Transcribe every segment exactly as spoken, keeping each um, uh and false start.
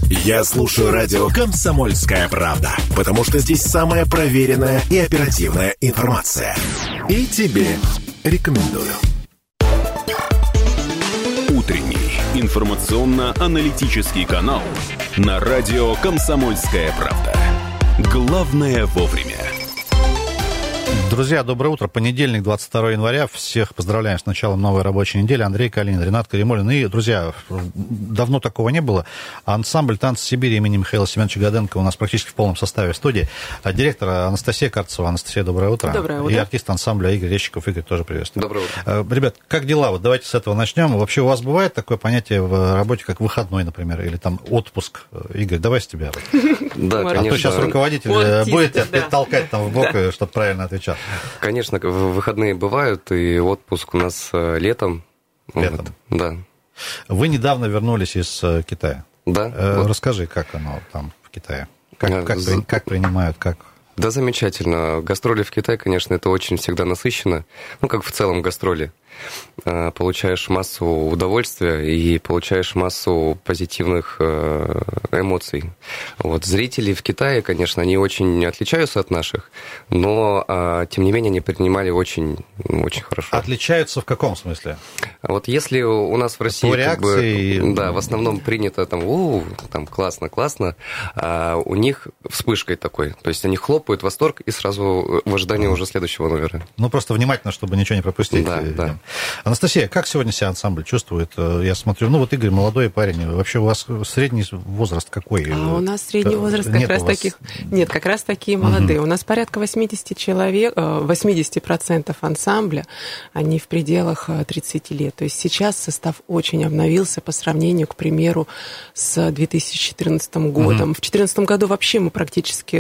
Я слушаю радио «Комсомольская правда», потому что здесь самая проверенная и оперативная информация. И тебе рекомендую. Утренний информационно-аналитический канал на радио «Комсомольская правда». Главное вовремя. Друзья, доброе утро. Понедельник, двадцать второго января. Всех поздравляем с началом новой рабочей недели. Андрей Калинин, Ренат Каримулин. И, друзья, давно такого не было. Ансамбль «Танцы Сибири» имени Михаила Семеновича Гаденко у нас практически в полном составе в студии. Директор Анастасия Карцева. Анастасия, доброе утро. Доброе утро. И артист ансамбля Игорь Резчиков. Игорь, тоже приветствую. Доброе утро. Ребят, как дела? Вот давайте с этого начнем. Вообще у вас бывает такое понятие в работе, как выходной, например, или там отпуск? Игорь, давай с тебя. Да, конечно. А то сейчас руководитель будет тебя толкать там в бок, чтобы правильно отвечал. Конечно, выходные бывают, и отпуск у нас летом. Летом? Вот, да. Вы недавно вернулись из Китая. Да. Э, вот. Расскажи, как оно там в Китае? Как, а, как, за... как принимают, как... Да, замечательно. Гастроли в Китае, конечно, это очень всегда насыщенно. Ну, как в целом гастроли. Получаешь массу удовольствия и получаешь массу позитивных эмоций. Вот. Зрители в Китае, конечно, они очень отличаются от наших, но, тем не менее, они принимали очень, очень хорошо. Отличаются в каком смысле? Вот если у нас в России... По реакции... Как бы, да, в основном принято там, у, там классно, классно, а у них вспышкой такой. То есть они хлопают, восторг, и сразу в ожидании уже следующего номера. Ну, просто внимательно, чтобы ничего не пропустить. Да, да. Анастасия, как сегодня себя ансамбль чувствует? Я смотрю, ну вот Игорь молодой парень. Вообще у вас средний возраст какой? А у нас средний возраст как раз таких... Нет, как раз такие молодые. У нас порядка восемьдесят человек, восемьдесят процентов ансамбля, они в пределах тридцати лет. То есть сейчас состав очень обновился по сравнению, к примеру, с две тысячи четырнадцатым годом. В две тысячи четырнадцатом году вообще мы практически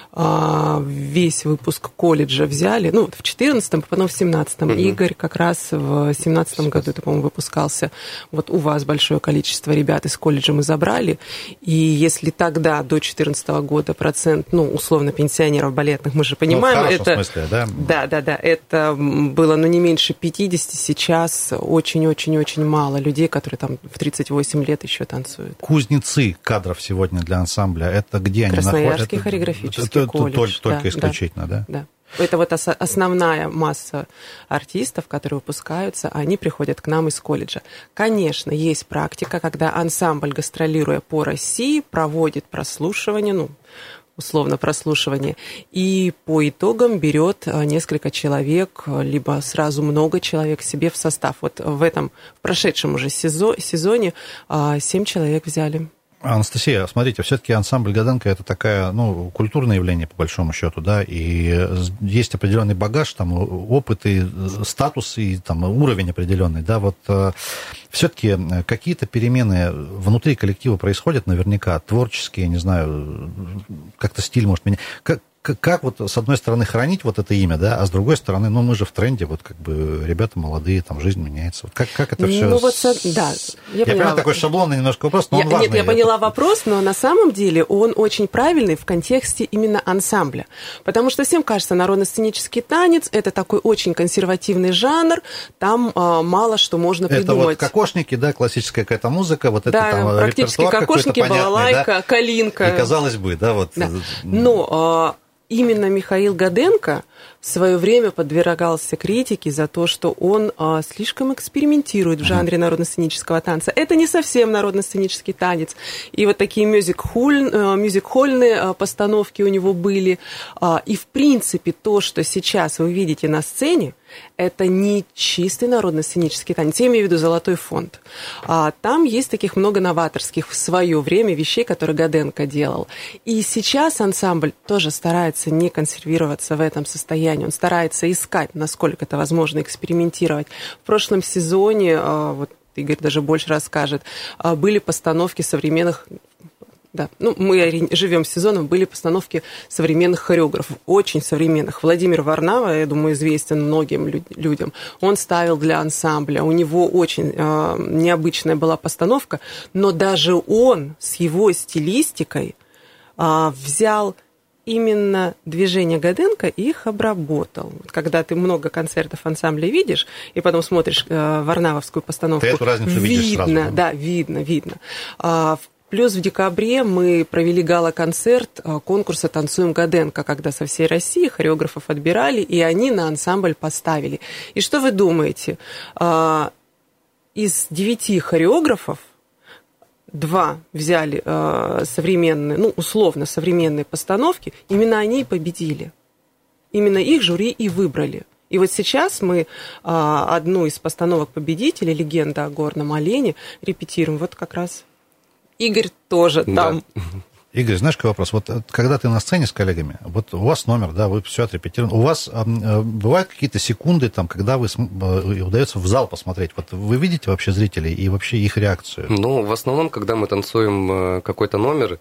весь выпуск колледжа взяли. Ну, в две тысячи четырнадцатом, потом в две тысячи семнадцатом. Mm-hmm. Игорь как раз в две тысячи семнадцатом году, это, по-моему, выпускался. Вот у вас большое количество ребят из колледжа мы забрали. И если тогда, до две тысячи четырнадцатого года, процент, ну, условно, пенсионеров балетных, мы же понимаем, ну, в это... смысле, да? Да, да, да. Это было, ну, не меньше пятидесяти. Сейчас очень-очень-очень мало людей, которые там в тридцать восемь лет еще танцуют. Кузнецы кадров сегодня для ансамбля, это где они находятся? Красноярский хореографический это, колледж. Только, только да, исключительно, да? Да. Это вот основная масса артистов, которые выпускаются, они приходят к нам из колледжа. Конечно, есть практика, когда ансамбль, гастролируя по России, проводит прослушивание, ну, условно прослушивание, и по итогам берет несколько человек, либо сразу много человек себе в состав. Вот в этом, в прошедшем уже сезоне семь человек взяли. Анастасия, смотрите, все-таки ансамбль Гаденко это такая, ну, культурное явление, по большому счету, да, и есть определенный багаж, там, опыт и статус, и там уровень определенный, да, вот все-таки какие-то перемены внутри коллектива происходят наверняка, творческие, не знаю, как-то стиль может менять. Как, как вот с одной стороны хранить вот это имя, да, а с другой стороны, ну, мы же в тренде, вот как бы ребята молодые, там жизнь меняется. Вот как, как это все? Ну, вот, с... да. Я, я понимаю, такой шаблонный немножко вопрос, но он я, важный. Нет, я поняла вопрос, но на самом деле он очень правильный в контексте именно ансамбля. Потому что всем кажется, народно-сценический танец – это такой очень консервативный жанр, там а, мало что можно придумать. Это вот кокошники, да, классическая какая-то музыка, вот да, это там практически репертуар кокошники, балалайка, да? калинка. И казалось бы, да, вот. Да. Но а, именно Михаил Гаденко в свое время подвергался критике за то, что он а, слишком экспериментирует в жанре народно-сценического танца. Это не совсем народно-сценический танец. И вот такие мюзик-холл, мюзик-холльные постановки у него были. А, и, в принципе, то, что сейчас вы видите на сцене, это не чистый народно-сценический танец, я имею в виду «Золотой фонд». А, там есть таких много новаторских в свое время вещей, которые Гаденко делал. И сейчас ансамбль тоже старается не консервироваться в этом состоянии. Он старается искать, насколько это возможно, экспериментировать. В прошлом сезоне, вот Игорь даже больше расскажет, были постановки современных... Да, ну, мы живем сезоном, были постановки современных хореографов, очень современных. Владимир Варнава, я думаю, известен многим людям. Он ставил для ансамбля, у него очень э, необычная была постановка, но даже он с его стилистикой э, взял именно движения Гаденко и их обработал. Вот когда ты много концертов ансамбля видишь, и потом смотришь э, варнавовскую постановку, ты эту разницу видно, видишь сразу, да? Да, видно, видно. А, Плюс в декабре мы провели гала-концерт конкурса «Танцуем Гаденко», когда со всей России хореографов отбирали, и они на ансамбль поставили. И что вы думаете? Из девяти хореографов два взяли современные, ну, условно современные постановки, именно они и победили. Именно их жюри и выбрали. И вот сейчас мы одну из постановок победителей, «Легенда о горном олене», репетируем. Вот как раз... Игорь тоже там. Да. Игорь, знаешь, какой вопрос? Вот когда ты на сцене с коллегами, вот у вас номер, да, вы все отрепетировали, у вас э, бывают какие-то секунды, там, когда вы э, удается в зал посмотреть, вот вы видите вообще зрителей и вообще их реакцию? Ну, в основном, когда мы танцуем какой-то номер,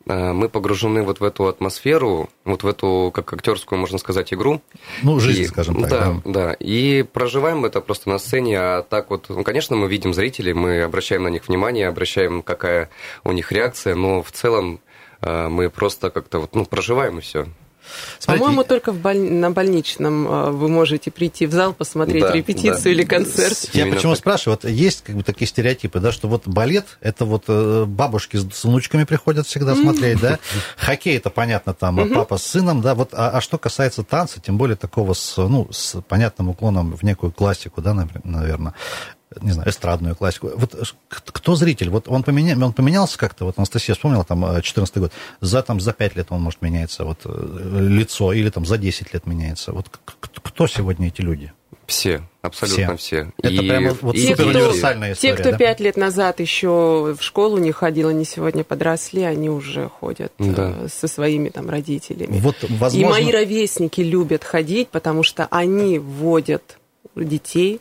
мы погружены вот в эту атмосферу, вот в эту, как актерскую, можно сказать, игру. Ну, жизнь, и, скажем так. Да, да, да. И проживаем это просто на сцене, а так вот, ну, конечно, мы видим зрителей, мы обращаем на них внимание, обращаем, какая у них реакция, но в целом мы просто как-то вот, ну, проживаем и все. Смотрите, по-моему, только в боль... на больничном вы можете прийти в зал, посмотреть да, репетицию да. или концерт. Я Именно почему так. спрашиваю, вот есть как бы такие стереотипы, да, что вот балет, это вот бабушки с внучками приходят всегда смотреть, да, хоккей, это понятно, там, папа с сыном, да, вот, а, а что касается танца, тем более такого с, ну, с понятным уклоном в некую классику, да, наверное, не знаю, эстрадную классику. Вот кто зритель? Вот он, поменя... он поменялся как-то, вот Анастасия вспомнила, там, четырнадцатый год, за, там, за пять лет он, может, меняется, вот, лицо, или там за десять лет меняется. Вот кто сегодня эти люди? Все, абсолютно все. все. Это и, прямо вот и, супер и, универсальная история. Те, кто да? пять лет назад еще в школу не ходил, они сегодня подросли, они уже ходят да. со своими там родителями. Вот, возможно... И мои ровесники любят ходить, потому что они вводят детей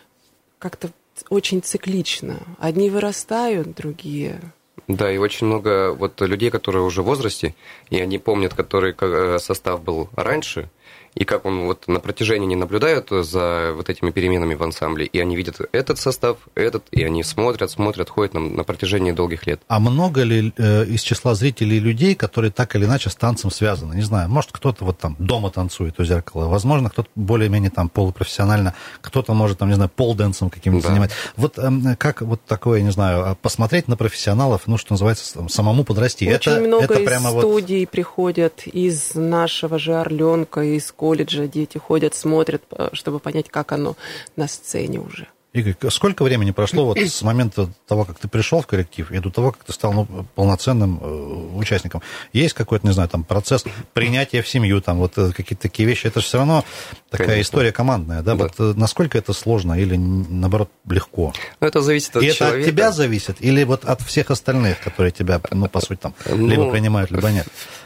как-то очень циклично. Одни вырастают, другие... Да, и очень много вот людей, которые уже в возрасте, и они помнят, который состав был раньше, и как он вот на протяжении не наблюдают за вот этими переменами в ансамбле, и они видят этот состав, этот, и они смотрят, смотрят, ходят на, на протяжении долгих лет. А много ли э, из числа зрителей людей, которые так или иначе с танцем связаны? Не знаю, может, кто-то вот там дома танцует у зеркала, возможно, кто-то более-менее там полупрофессионально, кто-то может там, не знаю, полденсом каким-то да. занимать. Вот э, как вот такое, не знаю, посмотреть на профессионалов, ну, что называется, там, самому подрасти. Очень это, много это из прямо студий вот... приходят, из нашего же Орленка, из колледжа дети ходят, смотрят, чтобы понять, как оно на сцене уже. Игорь, сколько времени прошло вот с момента того, как ты пришел в коллектив, и до того, как ты стал ну, полноценным э, участником? Есть какой-то, не знаю, там процесс принятия в семью, там вот какие-то такие вещи? Это же все равно такая Конечно. история командная, да? да? Вот насколько это сложно или, наоборот, легко? Ну, это зависит от и человека. это от тебя зависит или вот от всех остальных, которые тебя, ну, по сути, там, ну, либо принимают, либо нет?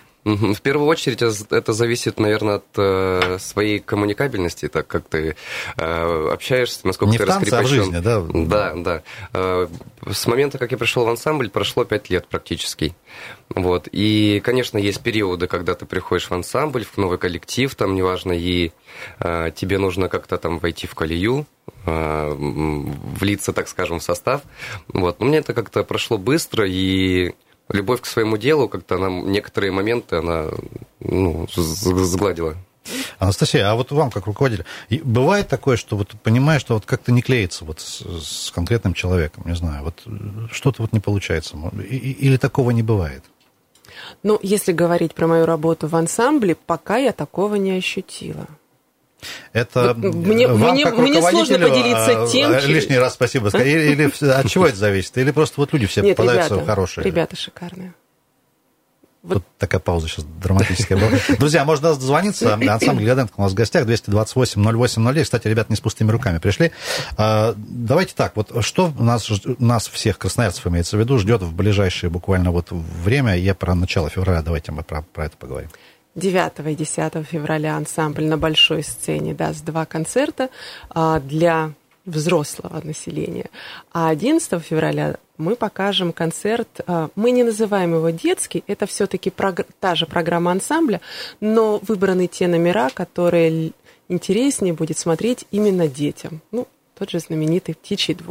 В первую очередь это зависит, наверное, от своей коммуникабельности, так как ты общаешься, насколько Не ты в танце, раскрепощен. А в жизни, да? Да, да. С момента, как я пришел в ансамбль, прошло пять лет практически. Вот. И, конечно, есть периоды, когда ты приходишь в ансамбль, в новый коллектив, там, неважно, и тебе нужно как-то там войти в колею, влиться, так скажем, в состав. Вот. Но мне это как-то прошло быстро, и любовь к своему делу, как-то она некоторые моменты она ну, сгладила. Анастасия, а вот вам, как руководитель, бывает такое, что вот понимаешь, что вот как-то не клеится вот с, с конкретным человеком, не знаю, вот что-то вот не получается, или такого не бывает? Ну, если говорить про мою работу в ансамбле, пока я такого не ощутила. Это вот мне, вам, мне, как мне сложно поделиться тем, лишний раз спасибо. Или, или от чего это зависит? Или просто вот люди все Нет, попадаются ребята, хорошие? Ребята шикарные. Вот. Тут такая пауза сейчас драматическая была. Друзья, можно дозвониться. Ансамбль Гаденко у нас в гостях. двести двадцать восемь ноль восемь ноль девять. Кстати, ребята не с пустыми руками пришли. Давайте так. Вот что нас, нас всех, красноярцев имеется в виду, ждет в ближайшее буквально вот время. Я про начало февраля. Давайте мы про, про это поговорим. девятого и десятого февраля ансамбль на большой сцене даст два концерта для взрослого населения. А одиннадцатого февраля мы покажем концерт, мы не называем его детский, это все-таки прог... та же программа ансамбля, но выбраны те номера, которые интереснее будет смотреть именно детям. Ну, тот же знаменитый «Птичий двор».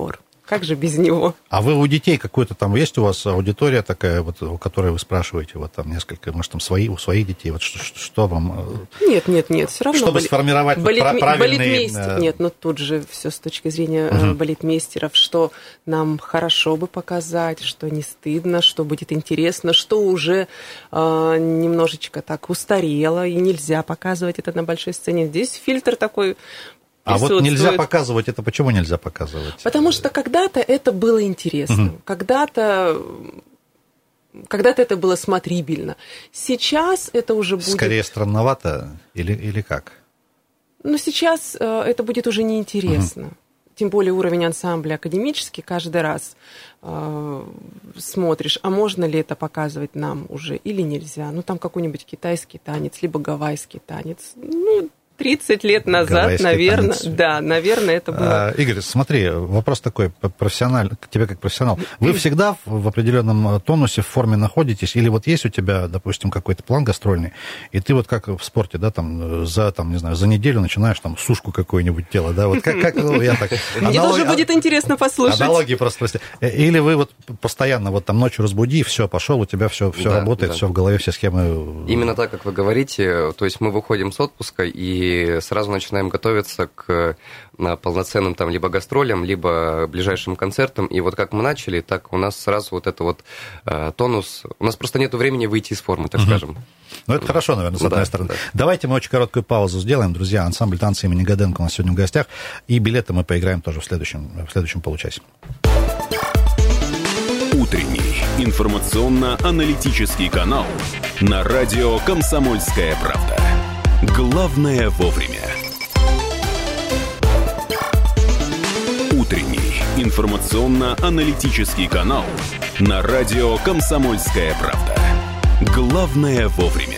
Как же без него? А вы у детей какой-то там, есть у вас аудитория такая, вот, у которой вы спрашиваете, вот там несколько, может, там свои, у своих детей, вот что, что, что вам... Нет, нет, нет, все равно... Чтобы балет, сформировать балет, правильный... Балетмейстер, нет, ну тут же все с точки зрения угу. балетмейстеров, что нам хорошо бы показать, что не стыдно, что будет интересно, что уже э, немножечко так устарело, и нельзя показывать это на большой сцене. Здесь фильтр такой... А вот нельзя показывать, это почему нельзя показывать? Потому что когда-то это было интересно, угу. когда-то, когда-то это было смотрибельно. Сейчас это уже будет... Скорее странновато или, или как? Ну, сейчас э, это будет уже неинтересно. Угу. Тем более уровень ансамбля академический, каждый раз э, смотришь, а можно ли это показывать нам уже или нельзя. Ну, там какой-нибудь китайский танец, либо гавайский танец. Ну, тридцать лет назад, гавайский наверное, танец. Да, наверное, это было... А, Игорь, смотри, вопрос такой, профессиональный, к тебе как профессионал. Вы всегда в определенном тонусе, в форме находитесь, или вот есть у тебя, допустим, какой-то план гастрольный, и ты вот как в спорте, да, там, за, там, не знаю, за неделю начинаешь там сушку какую-нибудь делать, да, вот как, как ну, я так... Мне тоже будет интересно послушать. Аналогии просто. Или вы вот постоянно вот там ночью разбуди, все, пошел, у тебя все, все работает, все в голове, все схемы... Именно так, как вы говорите, то есть мы выходим с отпуска и И сразу начинаем готовиться к полноценным там либо гастролям, либо ближайшим концертам. И вот как мы начали, так у нас сразу вот это вот э, тонус. У нас просто нет времени выйти из формы, так угу. скажем. Ну, это хорошо, наверное, с одной да, стороны. Да. Давайте мы очень короткую паузу сделаем. Друзья, ансамбль танца имени Гаденко у нас сегодня в гостях. И билеты мы поиграем тоже в следующем, в следующем получасе. Утренний информационно-аналитический канал на радио «Комсомольская правда». Главное вовремя. Утренний информационно-аналитический канал на радио «Комсомольская правда». Главное вовремя.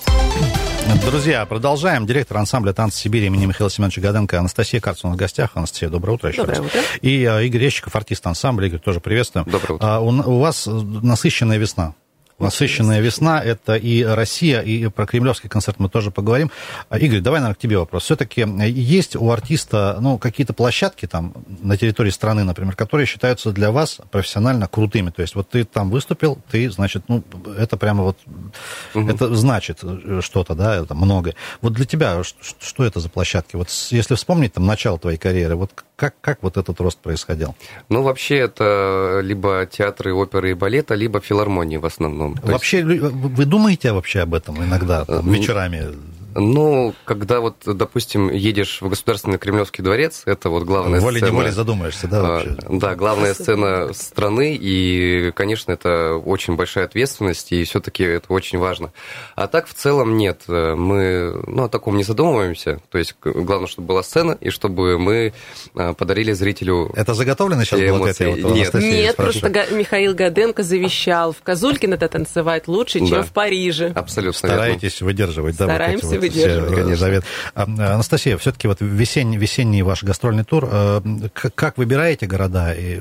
Друзья, продолжаем. Директор ансамбля «Танцы Сибири» имени Михаила Семеновича Гаденко Анастасия Карцева в гостях. Анастасия, доброе утро еще доброе раз. Утро. И а, Игорь Рещиков, артист ансамбля. Игорь, тоже приветствую. Доброе утро. А, у, у вас насыщенная весна. Насыщенная весна, это и Россия, и про кремлевский концерт мы тоже поговорим. Игорь, давай, наверное, к тебе вопрос. Все-таки есть у артиста, ну, какие-то площадки там на территории страны, например, которые считаются для вас профессионально крутыми? То есть вот ты там выступил, ты, значит, ну, это прямо вот, угу. это значит что-то, да, это многое. Вот для тебя что это за площадки? Вот если вспомнить там начало твоей карьеры, вот как, как вот этот рост происходил? Ну, вообще это либо театры, оперы и балета, либо филармонии в основном. То вообще, есть... вы думаете вообще об этом иногда, там, вечерами? Ну, когда вот, допустим, едешь в Государственный Кремлевский дворец, это вот главная волей сцена. Волей-неволей задумаешься, да, вообще? Да, главная сцена страны, и, конечно, это очень большая ответственность, и все-таки это очень важно. А так, в целом, нет, мы, ну, о таком не задумываемся, то есть главное, чтобы была сцена, и чтобы мы подарили зрителю... Это заготовлено сейчас было вот это? Вот, нет, нет, просто Михаил Гаденко завещал в Козулькино-то танцевать лучше, чем да. в Париже. Абсолютно. Стараетесь верно. выдерживать, да? Стараемся вот выдерживать. Завет. Анастасия, все-таки вот весенний, весенний ваш гастрольный тур, как выбираете города и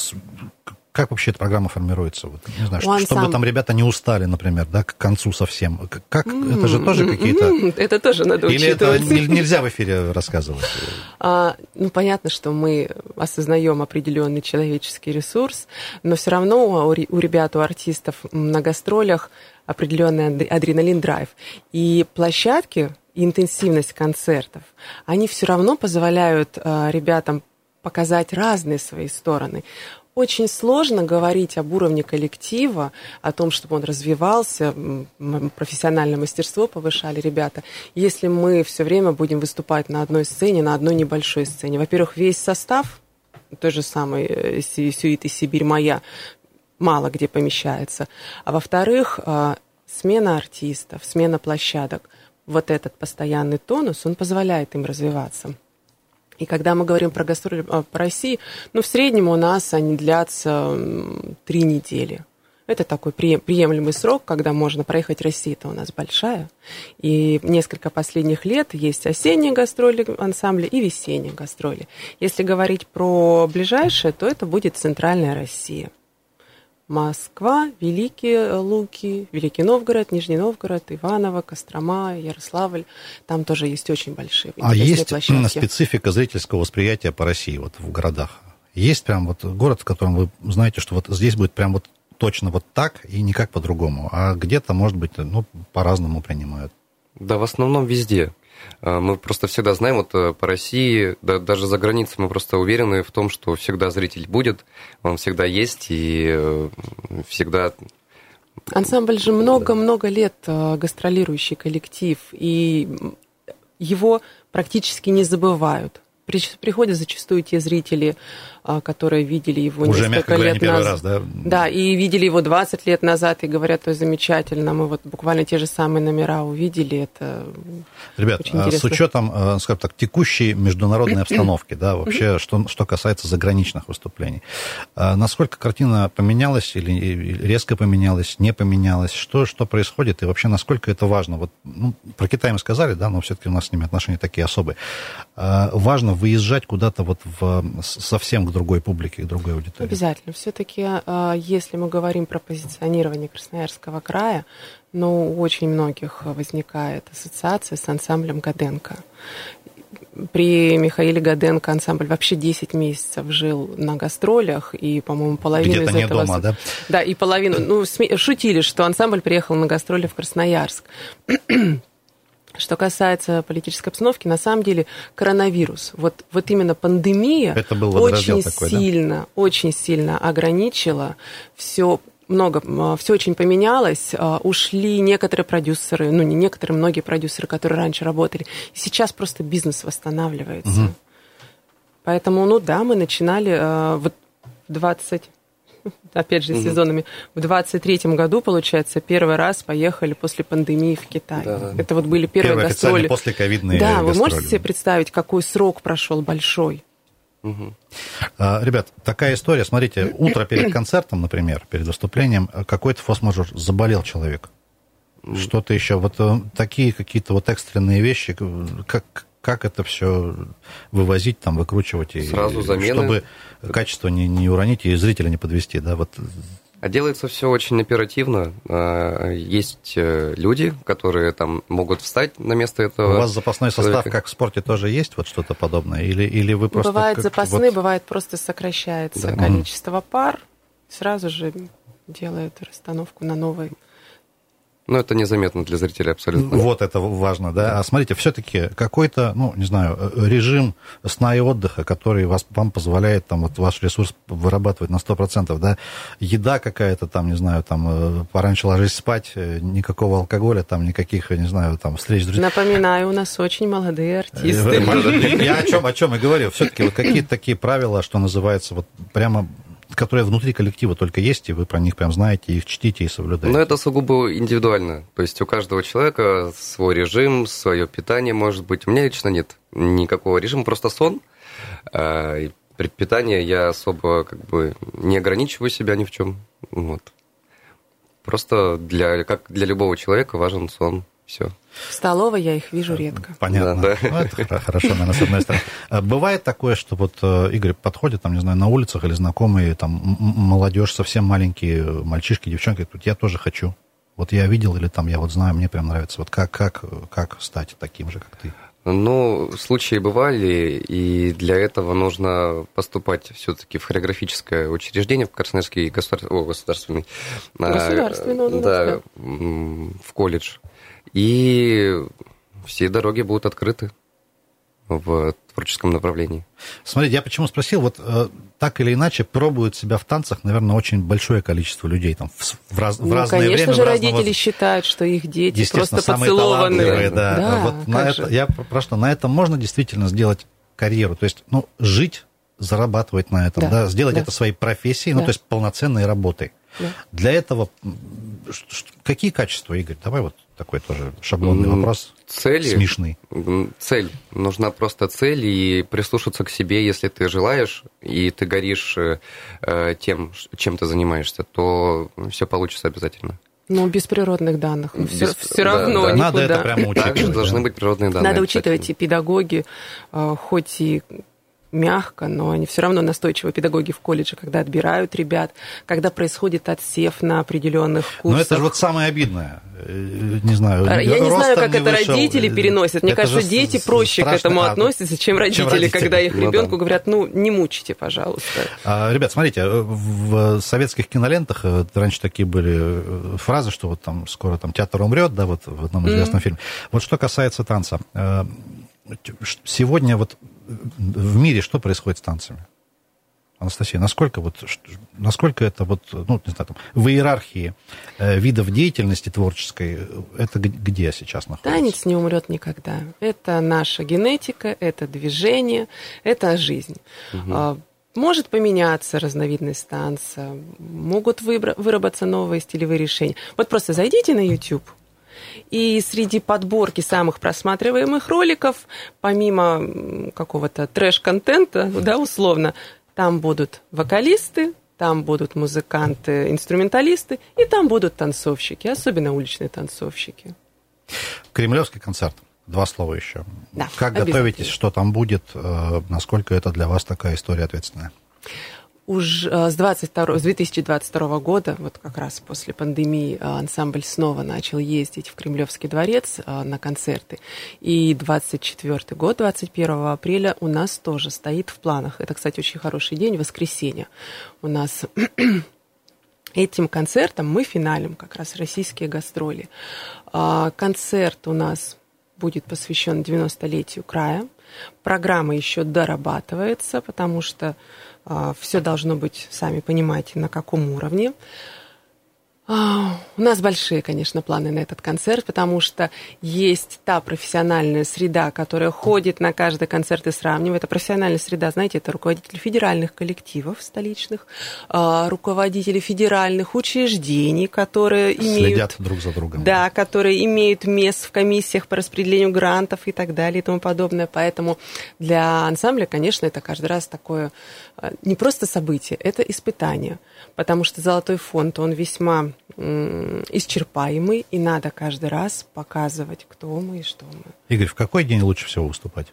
как вообще эта программа формируется? Вот, не знаю, что, чтобы там ребята не устали, например, да, к концу совсем. Как? Mm-hmm. Это же тоже какие-то... Mm-hmm. Это тоже надо учитывать. Или это нельзя в эфире рассказывать? А, ну, понятно, что мы осознаем определенный человеческий ресурс, но все равно у, у ребят, у артистов на гастролях определенный адреналин-драйв. И площадки, и интенсивность концертов, они все равно позволяют а, ребятам показать разные свои стороны. Очень сложно говорить об уровне коллектива, о том, чтобы он развивался, профессиональное мастерство повышали ребята, если мы все время будем выступать на одной сцене, на одной небольшой сцене. Во-первых, весь состав той же самой сюиты «Сибирь моя» мало где помещается. А во-вторых, смена артистов, смена площадок, вот этот постоянный тонус, он позволяет им развиваться. И когда мы говорим про гастроли по России, ну, в среднем у нас они длятся три недели. Это такой приемлемый срок, когда можно проехать. Россия-то у нас большая. И несколько последних лет есть осенние гастроли ансамбля и весенние гастроли. Если говорить про ближайшее, то это будет Центральная Россия. Москва, Великие Луки, Великий Новгород, Нижний Новгород, Иваново, Кострома, Ярославль. Там тоже есть очень большие интересные а есть площадки. Специфика зрительского восприятия по России, вот в городах? Есть прям вот город, в котором вы знаете, что вот здесь будет прям вот точно вот так и никак по-другому, а где-то, может быть, ну, по-разному принимают? Да, в основном везде. Мы просто всегда знаем, вот по России, да, даже за границей мы просто уверены в том, что всегда зритель будет, он всегда есть и всегда... Ансамбль же много-много лет гастролирующий коллектив, и его практически не забывают. Приходят зачастую те зрители, которые видели его уже, несколько говоря, лет не назад. Раз, да? Да, и видели его двадцать лет назад, и говорят, ой, замечательно, мы вот буквально те же самые номера увидели, это Ребят, очень интересно. С учетом, скажем так, текущей международной обстановки, да, вообще, что, что касается заграничных выступлений, насколько картина поменялась или резко поменялась, не поменялась, что, что происходит, и вообще, насколько это важно? Вот, ну, про Китай мы сказали, да, но все-таки у нас с ними отношения такие особые. Важно выезжать куда-то вот в, совсем к другой публике, к другой аудитории. Обязательно. Все-таки, если мы говорим про позиционирование Красноярского края, ну, у очень многих возникает ассоциация с ансамблем Гаденко. При Михаиле Гаденко ансамбль вообще десять месяцев жил на гастролях, и, по-моему, половину Где-то из не этого... дома, да? Да, и половину... Ну, шутили, что ансамбль приехал на гастроли в Красноярск. Что касается политической обстановки, на самом деле коронавирус, вот, вот именно пандемия Это был очень такой, сильно, да? очень сильно ограничила все. Много, все очень поменялось, ушли некоторые продюсеры, ну не некоторые, многие продюсеры, которые раньше работали, и сейчас просто бизнес восстанавливается. Угу. Поэтому, ну да, мы начинали вот в двадцать, опять же, угу. сезонами, в двадцать третьем году, получается, первый раз поехали после пандемии в Китай. Да, да. Это вот были первые Первые гастроли. После ковидные Да, гастроли. Вы можете себе представить, какой срок прошел большой? Угу. Ребят, такая история, смотрите, утро перед концертом, например, перед выступлением, какой-то форс-мажор, заболел человек, что-то еще, вот такие какие-то вот экстренные вещи, как, как это все вывозить, там, выкручивать, сразу и, замены. Чтобы качество не, не уронить и зрителя не подвести, да, вот. А делается все очень оперативно. Есть люди, которые там могут встать на место этого. У вас запасной состав, как в спорте, тоже есть вот что-то подобное? Или, или вы просто... Бывает как, запасные, вот... бывает просто сокращается да. количество пар, сразу же делают расстановку на новый. Ну, это незаметно для зрителя абсолютно. Вот это важно, да. А смотрите, все-таки какой-то, ну, не знаю, режим сна и отдыха, который вас, вам позволяет там вот ваш ресурс вырабатывать на сто процентов, да. Еда какая-то там, не знаю, там пораньше ложись спать, никакого алкоголя, там никаких, не знаю, там встреч с друзьями. Напоминаю, у нас очень молодые артисты. Я о чем, о чем и говорю. Все-таки вот какие-то такие правила, что называется, вот прямо... которые внутри коллектива только есть, и вы про них прям знаете, их чтите и соблюдаете. Но это сугубо индивидуально. То есть у каждого человека свой режим, свое питание может быть. У меня лично нет никакого режима, просто сон. При питании я особо как бы не ограничиваю себя ни в чем. Вот. Просто для, как для любого человека важен сон. Все. В столовой я их вижу редко. Понятно. Да, да. Ну, это хорошо, наверное, с одной стороны. Бывает такое, что вот Игорь подходит, там, не знаю, на улицах или знакомые, там, молодежь, совсем маленькие мальчишки, девчонки, тут я тоже хочу. Вот я видел или там, я вот знаю, мне прям нравится. Вот как, как, как стать таким же, как ты? Ну, случаи бывали, и для этого нужно поступать все-таки в хореографическое учреждение, в Красноярский государ... О, государственный. Государственный, он да, в колледж. И все дороги будут открыты в творческом направлении. Смотрите, я почему спросил, вот э, так или иначе пробуют себя в танцах, наверное, очень большое количество людей там в, в, раз, ну, в разное конечно время. Конечно же, родители возраст... считают, что их дети просто самые поцелованные. Да. Да, вот на это, я про что, на этом можно действительно сделать карьеру, то есть, ну, жить, зарабатывать на этом, да, да сделать да. это своей профессией, да. ну, то есть полноценной работой. Да. Для этого какие качества, Игорь? Давай вот такой тоже шаблонный вопрос. Цели, смешный. Цель. Нужна просто цель и прислушаться к себе, если ты желаешь и ты горишь э, тем, чем ты занимаешься, то все получится обязательно. Ну, без природных данных. Без, все, все равно да, никуда. Надо это прямо учитывать. Также должны быть природные данные. Надо учитывать и педагоги, хоть и мягко, но они все равно настойчивые педагоги в колледже, когда отбирают ребят, когда происходит отсев на определенных курсах. Но это же вот самое обидное. Не знаю. Я не знаю, как это вышел. Родители переносят. Мне это кажется, дети проще к этому а, относятся, чем родители, чем родители, когда их ну, ребенку да. говорят, ну, не мучите, пожалуйста. А, ребят, смотрите, в советских кинолентах раньше такие были фразы, что вот там скоро там театр умрет, да, вот в одном известном mm-hmm. фильме. Вот что касается танца. Сегодня вот в мире что происходит с танцами? Анастасия, насколько, вот, насколько это вот, ну, не знаю, там, в иерархии э, видов деятельности творческой, это где сейчас находится? Танец не умрет никогда. Это наша генетика, это движение, это жизнь. Угу. Может поменяться разновидность танца, могут выбра- выработаться новые стилевые решения. Вот просто зайдите на YouTube, и среди подборки самых просматриваемых роликов, помимо какого-то трэш-контента, да, условно, там будут вокалисты, там будут музыканты, инструменталисты, и там будут танцовщики, особенно уличные танцовщики. Кремлевский концерт. Два слова еще. Да, как готовитесь, что там будет, насколько это для вас такая история ответственная? Уж с, двадцать второго, с две тысячи двадцать второго года, вот как раз после пандемии, ансамбль снова начал ездить в Кремлевский дворец на концерты. И двадцать четвёртый год, двадцать первого апреля, у нас тоже стоит в планах. Это, кстати, очень хороший день, воскресенье. У нас этим концертом мы финалим как раз российские гастроли. Концерт у нас будет посвящен девяностолетию края. Программа еще дорабатывается, потому что Uh, все должно быть, сами понимаете, на каком уровне. Uh, у нас большие, конечно, планы на этот концерт, потому что есть та профессиональная среда, которая ходит на каждый концерт и сравнивает. Это профессиональная среда, знаете, это руководители федеральных коллективов столичных, uh, руководители федеральных учреждений, которые следят имеют... Следят друг за другом. Да, которые имеют мест в комиссиях по распределению грантов и так далее и тому подобное. Поэтому для ансамбля, конечно, это каждый раз такое не просто событие, это испытание. Потому что «Золотой фонд», он весьма м- исчерпаемый, и надо каждый раз показывать, кто мы и что мы. Игорь, в какой день лучше всего выступать?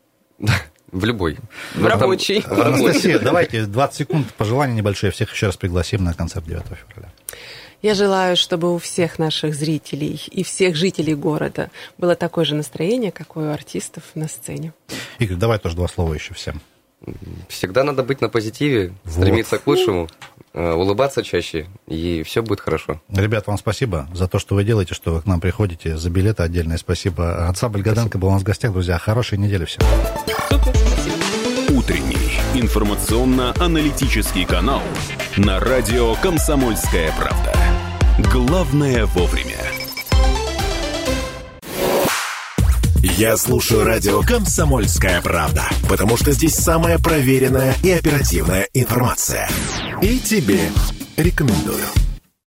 В любой. В рабочий. Анастасия, давайте двадцать секунд пожелания небольшие. Всех еще раз пригласим на концерт девятого февраля. Я желаю, чтобы у всех наших зрителей и всех жителей города было такое же настроение, какое у артистов на сцене. Игорь, давай тоже два слова еще всем. Всегда надо быть на позитиве, вот. Стремиться к лучшему, улыбаться чаще, и все будет хорошо. Ребят, вам спасибо за то, что вы делаете, что вы к нам приходите. За билеты отдельное спасибо. Ансамбль «Гаденко» был у нас в гостях, друзья. Хорошей недели всем. Супер, спасибо. Утренний информационно-аналитический канал на радио «Комсомольская правда». Главное вовремя. Я слушаю радио «Комсомольская правда», потому что здесь самая проверенная и оперативная информация. И тебе рекомендую.